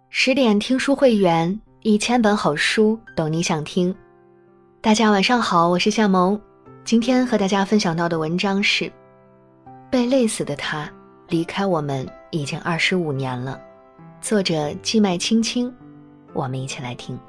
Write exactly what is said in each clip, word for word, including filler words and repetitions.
十点听书会员，一千本好书，懂你想听。大家晚上好，我是夏萌。今天和大家分享到的文章是被累死的他离开我们已经二十五年了，作者季麦青青。我们一起来听。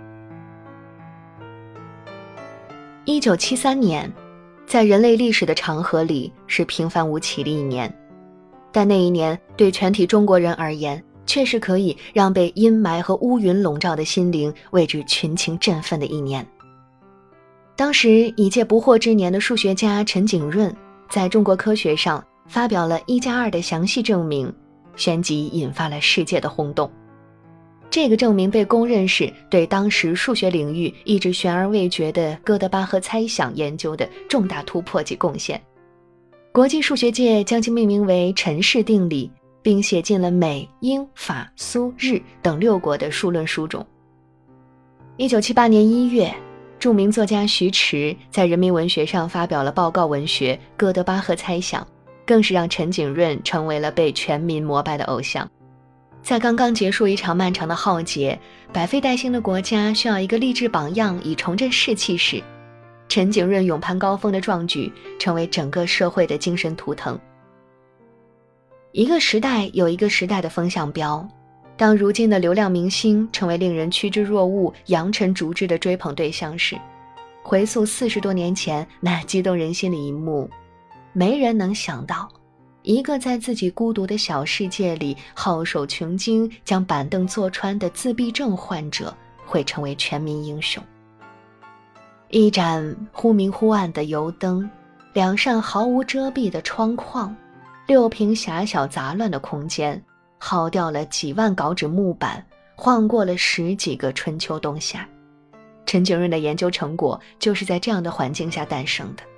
一九七三年，在人类历史的长河里是平凡无奇的一年，但那一年对全体中国人而言，却是可以让被阴霾和乌云笼罩的心灵为之群情振奋的一年。当时已届不惑之年的数学家陈景润在中国科学上发表了一加二的详细证明，旋即引发了世界的轰动。这个证明被公认是对当时数学领域一直悬而未决的哥德巴赫猜想研究的重大突破及贡献。国际数学界将其命名为陈氏定理，并写进了美、英、法、苏、日等六国的数论书中。一九七八年一月，著名作家徐迟在人民文学上发表了报告文学《哥德巴赫猜想》，更是让陈景润成为了被全民膜拜的偶像。在刚刚结束一场漫长的浩劫，百废待兴的国家需要一个励志榜样以重振士气时，陈景润勇攀高峰的壮举成为整个社会的精神图腾。一个时代有一个时代的风向标，当如今的流量明星成为令人趋之若鹜、扬尘逐之的追捧对象时，回溯四十多年前那激动人心的一幕，没人能想到，一个在自己孤独的小世界里好手穷经将板凳坐穿的自闭症患者会成为全民英雄。一盏忽明忽暗的油灯，两扇毫无遮蔽的窗框，六平狭小杂乱的空间，耗掉了几万稿纸木板，晃过了十几个春秋冬夏。陈景润的研究成果就是在这样的环境下诞生的。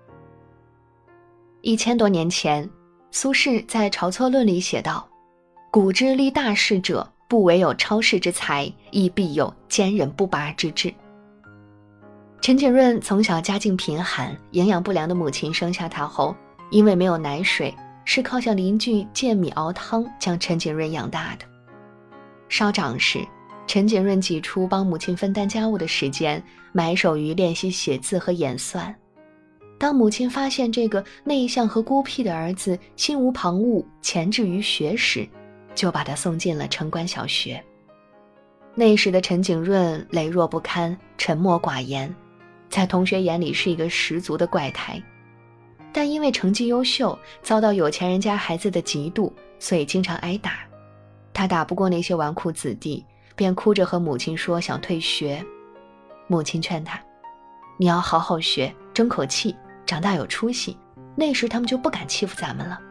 一千多年前，苏轼在《晁错论》里写道：古之立大事者，不惟有超世之才，亦必有坚韧不拔之志。陈景润从小家境贫寒，营养不良的母亲生下他后，因为没有奶水，是靠向邻居借米熬汤将陈景润养大的。稍长时，陈景润挤出帮母亲分担家务的时间，埋首于练习写字和演算。当母亲发现这个内向和孤僻的儿子心无旁骛，潜志于学时，就把他送进了城关小学。那时的陈景润羸弱不堪，沉默寡言，在同学眼里是一个十足的怪胎。但因为成绩优秀，遭到有钱人家孩子的嫉妒，所以经常挨打。他打不过那些纨绔子弟，便哭着和母亲说想退学。母亲劝他，你要好好学，争口气，长大有出息，那时他们就不敢欺负咱们了。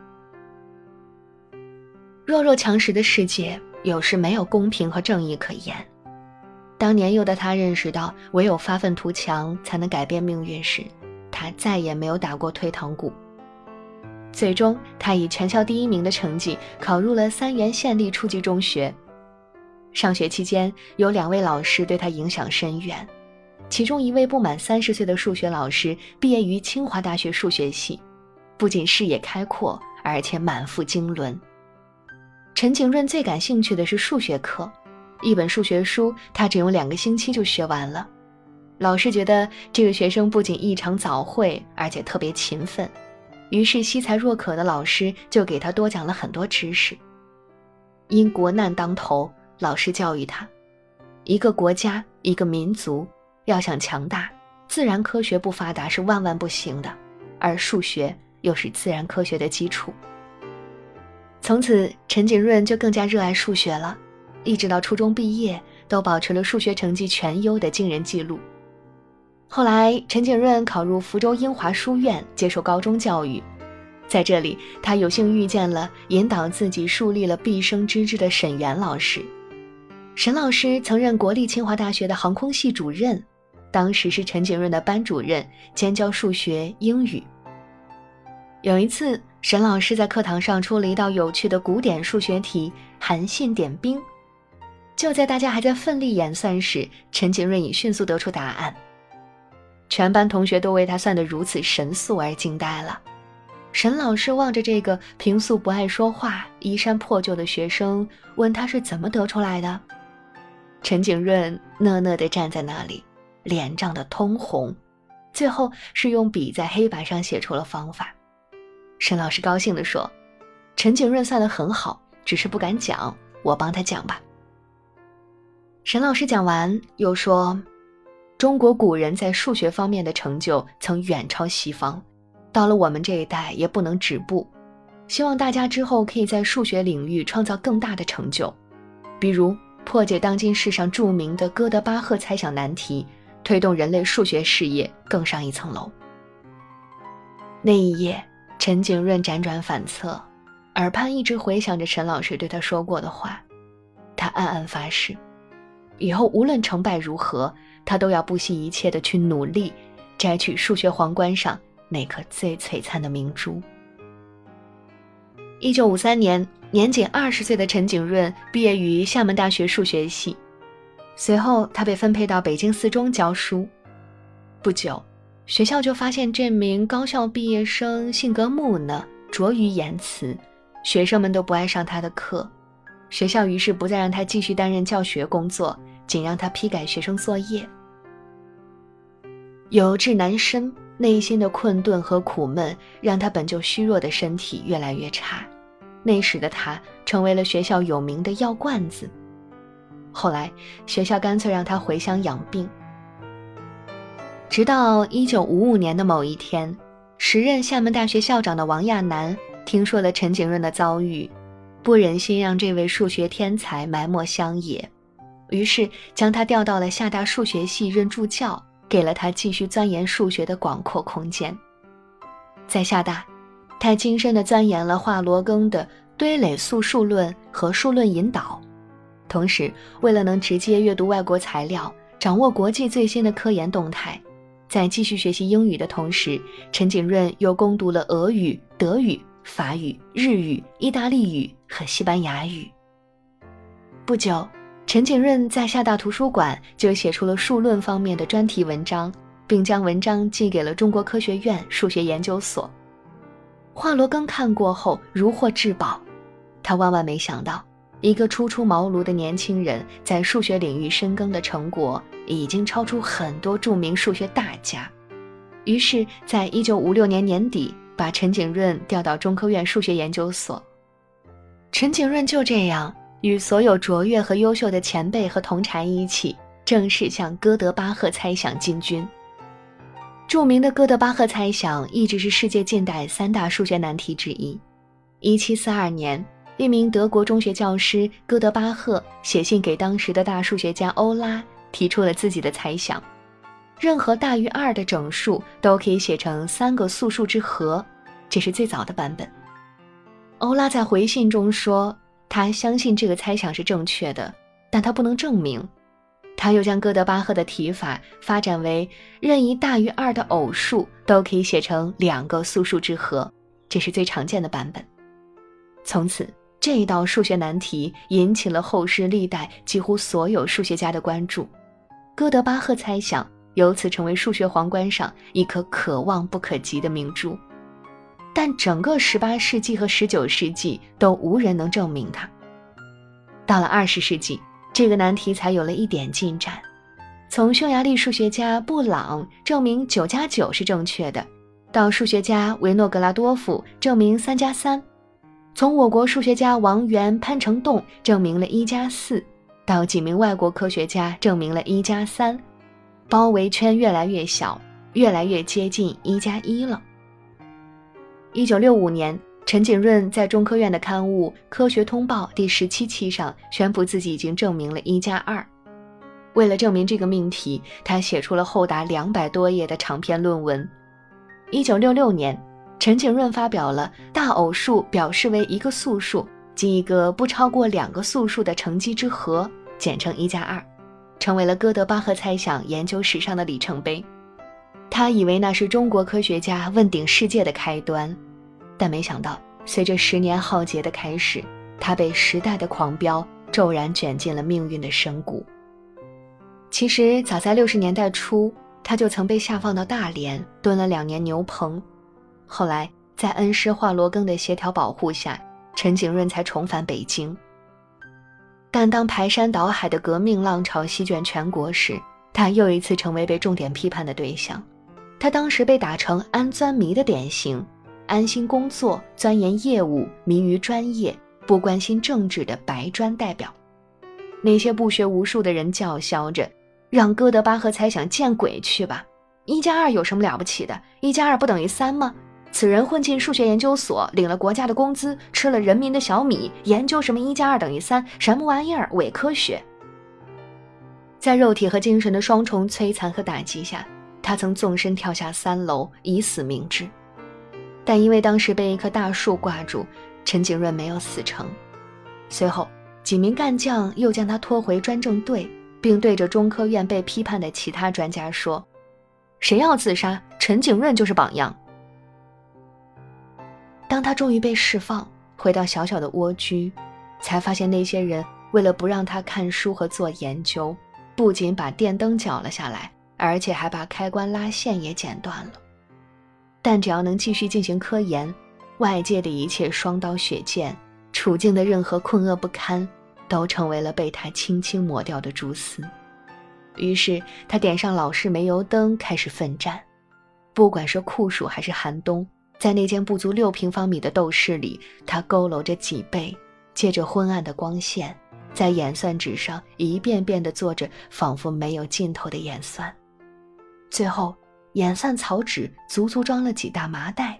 弱肉强食的世界有时没有公平和正义可言。当年幼的他认识到唯有发愤图强才能改变命运时，他再也没有打过退堂鼓。最终他以全校第一名的成绩考入了三原县立初级中学。上学期间，有两位老师对他影响深远，其中一位不满三十岁的数学老师毕业于清华大学数学系，不仅视野开阔，而且满腹经纶。陈景润最感兴趣的是数学课，一本数学书他只用两个星期就学完了。老师觉得这个学生不仅异常早会，而且特别勤奋，于是惜才若渴的老师就给他多讲了很多知识。因国难当头，老师教育他，一个国家，一个民族要想强大，自然科学不发达是万万不行的，而数学又是自然科学的基础。从此，陈景润就更加热爱数学了，一直到初中毕业，都保持了数学成绩全优的惊人记录。后来，陈景润考入福州英华书院接受高中教育，在这里，他有幸遇见了引导自己树立了毕生之志的沈源老师。沈老师曾任国立清华大学的航空系主任，当时是陈景润的班主任，兼教数学、英语。有一次，沈老师在课堂上出了一道有趣的古典数学题——韩信点兵。就在大家还在奋力演算时，陈景润已迅速得出答案。全班同学都为他算得如此神速而惊呆了。 沈老师望着这个平素不爱说话、衣衫破旧的学生，问他是怎么得出来的。陈景润讷讷地站在那里，脸涨得通红，最后是用笔在黑板上写出了方法。沈老师高兴地说：“陈景润算得很好，只是不敢讲，我帮他讲吧。”沈老师讲完又说：“中国古人在数学方面的成就曾远超西方，到了我们这一代也不能止步，希望大家之后可以在数学领域创造更大的成就，比如破解当今世上著名的哥德巴赫猜想难题，推动人类数学事业更上一层楼。”那一夜，陈景润辗转反侧，耳畔一直回想着陈老师对他说过的话。他暗暗发誓，以后无论成败如何，他都要不惜一切地去努力，摘取数学皇冠上那颗最璀璨的明珠。一九五三年，年仅二十岁的陈景润毕业于厦门大学数学系，随后他被分配到北京四中教书。不久，学校就发现这名高校毕业生性格木讷，拙于言辞，学生们都不爱上他的课。学校于是不再让他继续担任教学工作，仅让他批改学生作业。有志难伸，内心的困顿和苦闷让他本就虚弱的身体越来越差，那时的他成为了学校有名的药罐子。后来学校干脆让他回乡养病。直到一九五五年的某一天，时任厦门大学校长的王亚楠听说了陈景润的遭遇，不忍心让这位数学天才埋没乡野，于是将他调到了厦大数学系任助教，给了他继续钻研数学的广阔空间。在厦大，他精深地钻研了华罗庚的堆垒素数论和数论引导，同时为了能直接阅读外国材料，掌握国际最新的科研动态，在继续学习英语的同时，陈景润又攻读了俄语、德语、法语、日语、意大利语和西班牙语。不久，陈景润在厦大图书馆就写出了数论方面的专题文章，并将文章寄给了中国科学院数学研究所。华罗庚看过后如获至宝，他万万没想到，一个初出茅庐的年轻人在数学领域深耕的成果已经超出很多著名数学大家。于是在一九五六年年底，把陈景润调到中科院数学研究所。陈景润就这样与所有卓越和优秀的前辈和同儕一起，正式向哥德巴赫猜想进军。著名的哥德巴赫猜想一直是世界近代三大数学难题之一。一七四二年，一名德国中学教师哥德巴赫写信给当时的大数学家欧拉，提出了自己的猜想：任何大于二的整数都可以写成三个素数之和，这是最早的版本。欧拉在回信中说，他相信这个猜想是正确的，但他不能证明。他又将哥德巴赫的提法发展为任意大于二的偶数都可以写成两个素数之和，这是最常见的版本。从此，这一道数学难题引起了后世历代几乎所有数学家的关注，哥德巴赫猜想由此成为数学皇冠上一颗可望不可及的明珠。但整个十八世纪和十九世纪都无人能证明它。到了二十世纪，这个难题才有了一点进展。从匈牙利数学家布朗证明九加九是正确的，到数学家维诺格拉多夫证明三加三，从我国数学家王源、潘成栋证明了一加四，到几名外国科学家证明了一加三，包围圈越来越小，越来越接近一加一了。一九六五年，陈景润在中科院的刊物《科学通报》第十七期上宣布自己已经证明了一加二。为了证明这个命题，他写出了厚达两百多页的长篇论文。一九六六年，陈景润发表了大偶数表示为一个素数，即一个不超过两个素数的乘积之和，简称一加二，成为了哥德巴赫猜想研究史上的里程碑。他以为那是中国科学家问鼎世界的开端，但没想到随着十年浩劫的开始，他被时代的狂飙骤然卷进了命运的深谷。其实早在六十年代初，他就曾被下放到大连蹲了两年牛棚，后来在恩师华罗庚的协调保护下，陈景润才重返北京。但当排山倒海的革命浪潮席卷全国时，他又一次成为被重点批判的对象。他当时被打成安钻迷的典型，安心工作、钻研业务、迷于专业、不关心政治的白专代表。那些不学无术的人叫嚣着，让哥德巴赫猜想见鬼去吧，一加二有什么了不起的？一加二不等于三吗？此人混进数学研究所，领了国家的工资，吃了人民的小米，研究什么一加二等于三，什么玩意儿，伪科学。在肉体和精神的双重摧残和打击下，他曾纵身跳下三楼，以死明志。但因为当时被一棵大树挂住，陈景润没有死成。随后几名干将又将他拖回专政队，并对着中科院被批判的其他专家说，谁要自杀，陈景润就是榜样。当他终于被释放，回到小小的蜗居，才发现那些人为了不让他看书和做研究，不仅把电灯绞了下来，而且还把开关拉线也剪断了。但只要能继续进行科研，外界的一切双刀血剑，处境的任何困厄不堪，都成为了被他轻轻抹掉的蛛丝。于是他点上老式煤油灯，开始奋战。不管是酷暑还是寒冬，在那间不足六平方米的斗室里，他佝偻着脊背，借着昏暗的光线，在演算纸上一遍遍地做着仿佛没有尽头的演算。最后演算草纸足足装了几大麻袋。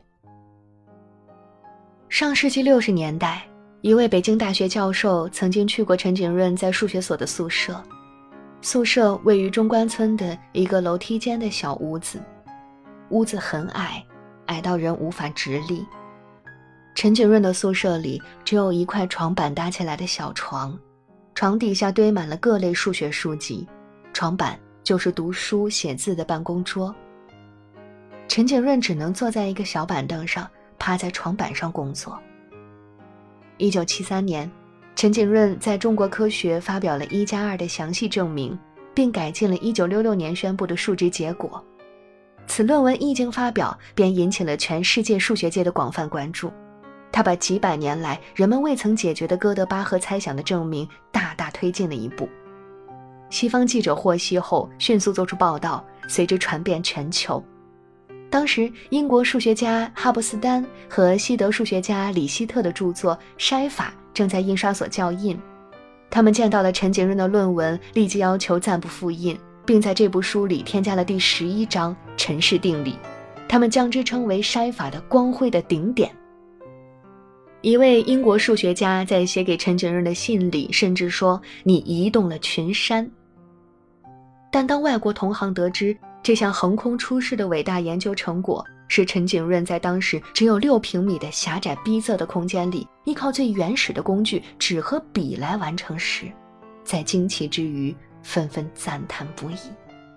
上世纪六十年代，一位北京大学教授曾经去过陈景润在数学所的宿舍，宿舍位于中关村的一个楼梯间的小屋子，屋子很矮，矮到人无法直立。陈景润的宿舍里只有一块床板搭起来的小床，床底下堆满了各类数学书籍，床板就是读书写字的办公桌。陈景润只能坐在一个小板凳上，趴在床板上工作。一九七三年，陈景润在中国科学发表了一加二的详细证明，并改进了一九六六年宣布的数值结果。此论文一经发表，便引起了全世界数学界的广泛关注。他把几百年来人们未曾解决的哥德巴赫猜想的证明大大推进了一步。西方记者获悉后，迅速做出报道，随之传遍全球。当时英国数学家哈伯斯丹和西德数学家李希特的著作《筛法》正在印刷所校印，他们见到了陈景润的论文，立即要求暂不复印，并在这部书里添加了第十一章陈氏定理，他们将之称为筛法的光辉的顶点。一位英国数学家在写给陈景润的信里甚至说，你移动了群山。但当外国同行得知这项横空出世的伟大研究成果是陈景润在当时只有六平米的狭窄逼仄的空间里，依靠最原始的工具纸和笔来完成时，在惊奇之余纷纷赞叹不已。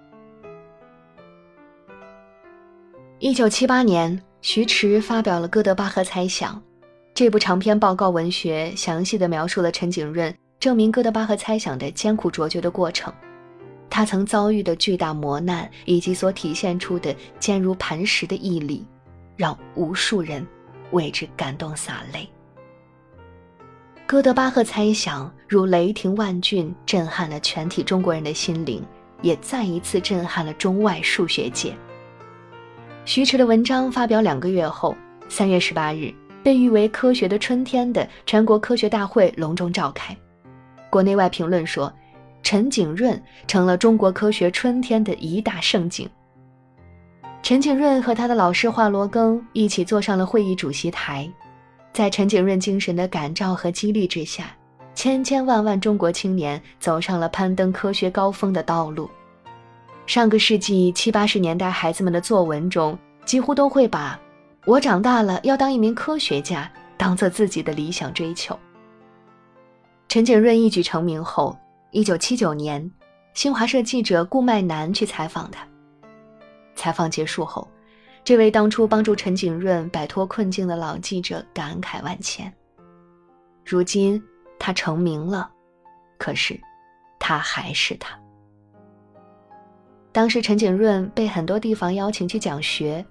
一九七八年，徐迟发表了《哥德巴赫猜想》，这部长篇报告文学详细地描述了陈景润证明哥德巴赫猜想的艰苦卓绝的过程，他曾遭遇的巨大磨难以及所体现出的坚如磐石的毅力，让无数人为之感动洒泪。哥德巴赫猜想如雷霆万钧，震撼了全体中国人的心灵，也再一次震撼了中外数学界。徐迟的文章发表两个月后，三月十八日，被誉为科学的春天的全国科学大会隆重召开。国内外评论说，陈景润成了中国科学春天的一大盛景。陈景润和他的老师华罗庚一起坐上了会议主席台，在陈景润精神的感召和激励之下，千千万万中国青年走上了攀登科学高峰的道路。上个世纪七八十年代孩子们的作文中，几乎都会把我长大了要当一名科学家当作自己的理想追求。陈景润一举成名后，一九七九年，新华社记者顾麦南去采访他。采访结束后，这位当初帮助陈景润摆脱困境的老记者感慨万千。如今他成名了，可是他还是他。当时陈景润被很多地方邀请去讲学，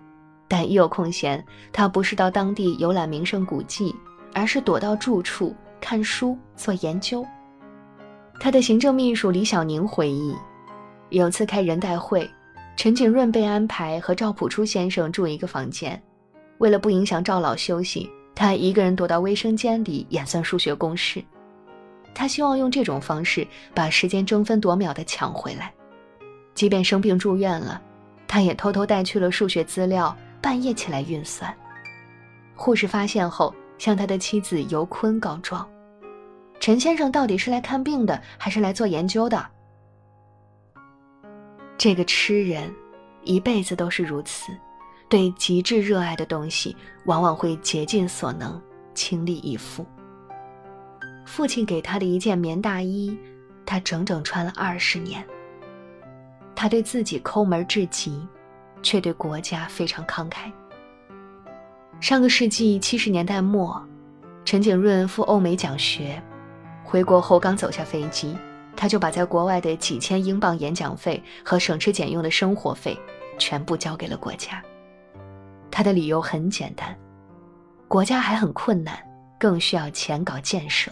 但一有空闲，他不是到当地游览名胜古迹，而是躲到住处看书做研究。他的行政秘书李小宁回忆，有次开人代会，陈景润被安排和赵朴初先生住一个房间，为了不影响赵老休息，他一个人躲到卫生间里演算数学公式。他希望用这种方式把时间争分夺秒地抢回来。即便生病住院了，他也偷偷带去了数学资料，半夜起来运算。护士发现后，向他的妻子尤坤告状，陈先生到底是来看病的，还是来做研究的？这个痴人一辈子都是如此，对极致热爱的东西往往会竭尽所能，倾力以赴。父亲给他的一件棉大衣，他整整穿了二十年。他对自己抠门至极，却对国家非常慷慨。上个世纪七十年代末，陈景润赴欧美讲学，回国后刚走下飞机，他就把在国外的几千英镑演讲费和省吃俭用的生活费全部交给了国家。他的理由很简单，国家还很困难，更需要钱搞建设。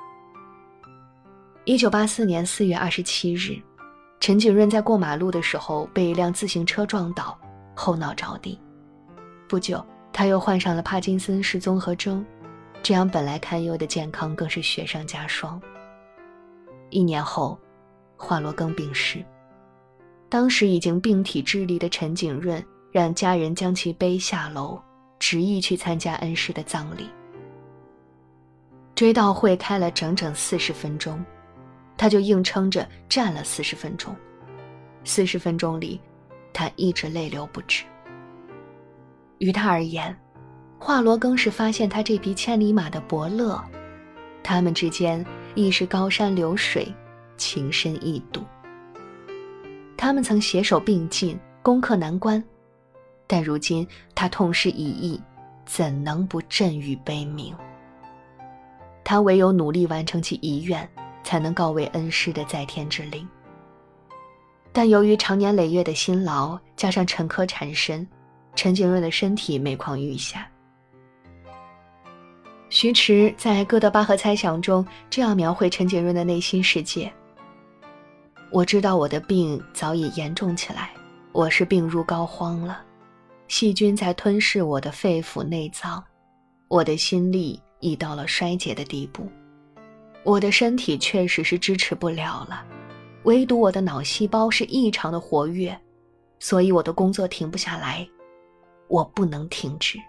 一九八四年四月二十七日，陈景润在过马路的时候被一辆自行车撞倒，后脑着地。不久，他又患上了帕金森氏综合征，这样本来堪忧的健康更是雪上加霜。一年后，华罗庚病逝。当时已经病体支离的陈景润让家人将其背下楼，执意去参加恩师的葬礼。追悼会开了整整四十分钟，他就硬撑着站了四十分钟。四十分钟里，他一直泪流不止。于他而言，华罗庚是发现他这匹千里马的伯乐，他们之间亦是高山流水，情深意笃。他们曾携手并进，攻克难关，但如今他痛失一役，怎能不震郁悲鸣？他唯有努力完成其遗愿，才能告慰恩师的在天之灵。但由于长年累月的辛劳，加上沉疴缠身，陈景润的身体每况愈下。徐迟在《哥德巴赫猜想》中这样描绘陈景润的内心世界：我知道我的病早已严重起来，我是病入膏肓了，细菌在吞噬我的肺腑内脏，我的心力已到了衰竭的地步，我的身体确实是支持不了了，唯独我的脑细胞是异常的活跃，所以我的工作停不下来，我不能停止。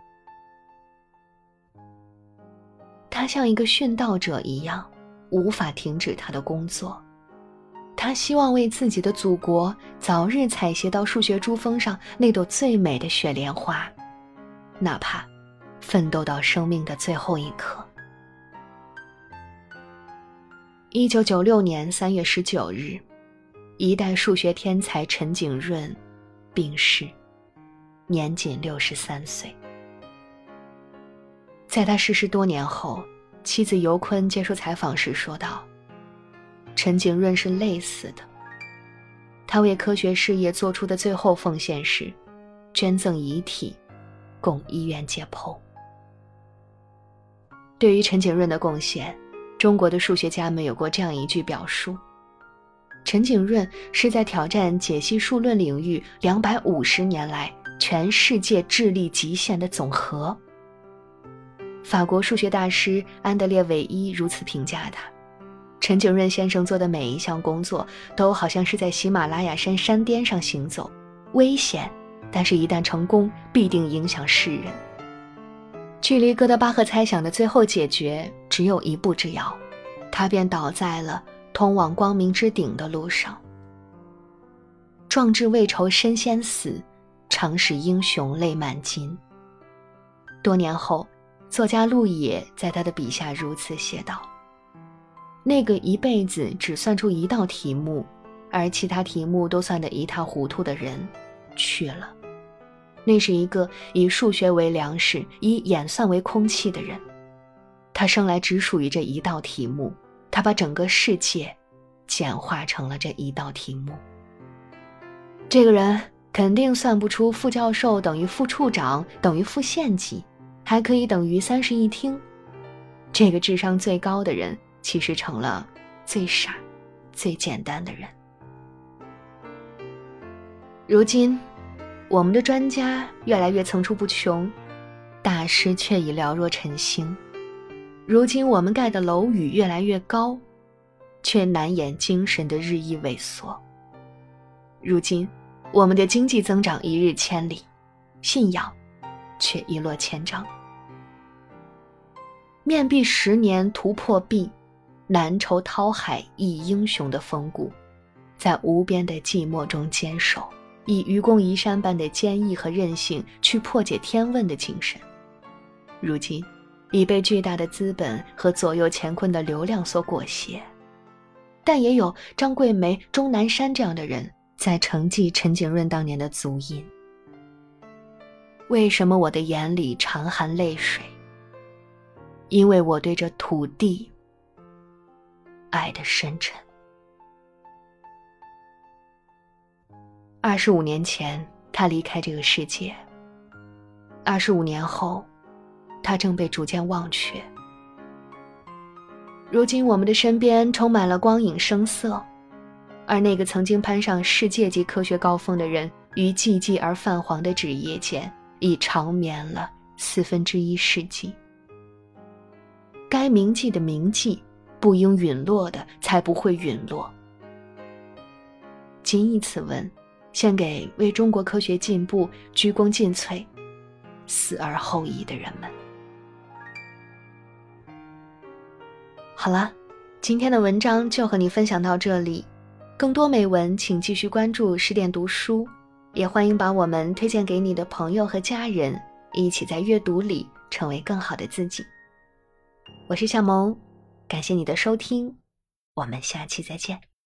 他像一个殉道者一样，无法停止他的工作。他希望为自己的祖国早日采撷到数学珠峰上那朵最美的雪莲花，哪怕奋斗到生命的最后一刻。一九九六年三月十九日，一代数学天才陈景润病逝，年仅六十三岁。在他逝世多年后，妻子尤坤接受采访时说道，陈景润是累死的，他为科学事业做出的最后奉献是捐赠遗体供医院解剖。对于陈景润的贡献，中国的数学家们有过这样一句表述：陈景润是在挑战解析数论领域两百五十年来全世界智力极限的总和。法国数学大师安德烈韦伊如此评价他：陈景润先生做的每一项工作都好像是在喜马拉雅山山巅上行走，危险，但是一旦成功必定影响世人。距离哥德巴赫猜想的最后解决只有一步之遥，他便倒在了通往光明之顶的路上。壮志未酬身先死，常使英雄泪满襟。多年后，作家陆野在他的笔下如此写道：那个一辈子只算出一道题目，而其他题目都算得一塌糊涂的人去了。那是一个以数学为粮食，以演算为空气的人。他生来只属于这一道题目，他把整个世界简化成了这一道题目。这个人肯定算不出副教授等于副处长等于副县级，还可以等于三室一厅。这个智商最高的人，其实成了最傻、最简单的人。如今，我们的专家越来越层出不穷，大师却已寥若晨星。如今我们盖的楼宇越来越高，却难掩精神的日益萎缩。如今，我们的经济增长一日千里，信仰却一落千丈。面壁十年突破壁，难酬涛海忆英雄的风骨，在无边的寂寞中坚守，以愚公移山般的坚毅和韧性去破解天问的精神，如今已被巨大的资本和左右乾坤的流量所裹挟。但也有张桂梅、钟南山这样的人在承继陈景润当年的足印。为什么我的眼里常含泪水？因为我对这土地爱得深沉。二十五年前，他离开这个世界。二十五年后，他正被逐渐忘却。如今我们的身边充满了光影声色，而那个曾经攀上世界级科学高峰的人，于寂寂而泛黄的纸页间，已长眠了四分之一世纪。该铭记的铭记，不应陨落的才不会陨落。谨以此文，献给为中国科学进步鞠躬尽瘁、死而后已的人们。好了，今天的文章就和你分享到这里。更多美文请继续关注十点读书，也欢迎把我们推荐给你的朋友和家人，一起在阅读里成为更好的自己。我是小萌，感谢你的收听，我们下期再见。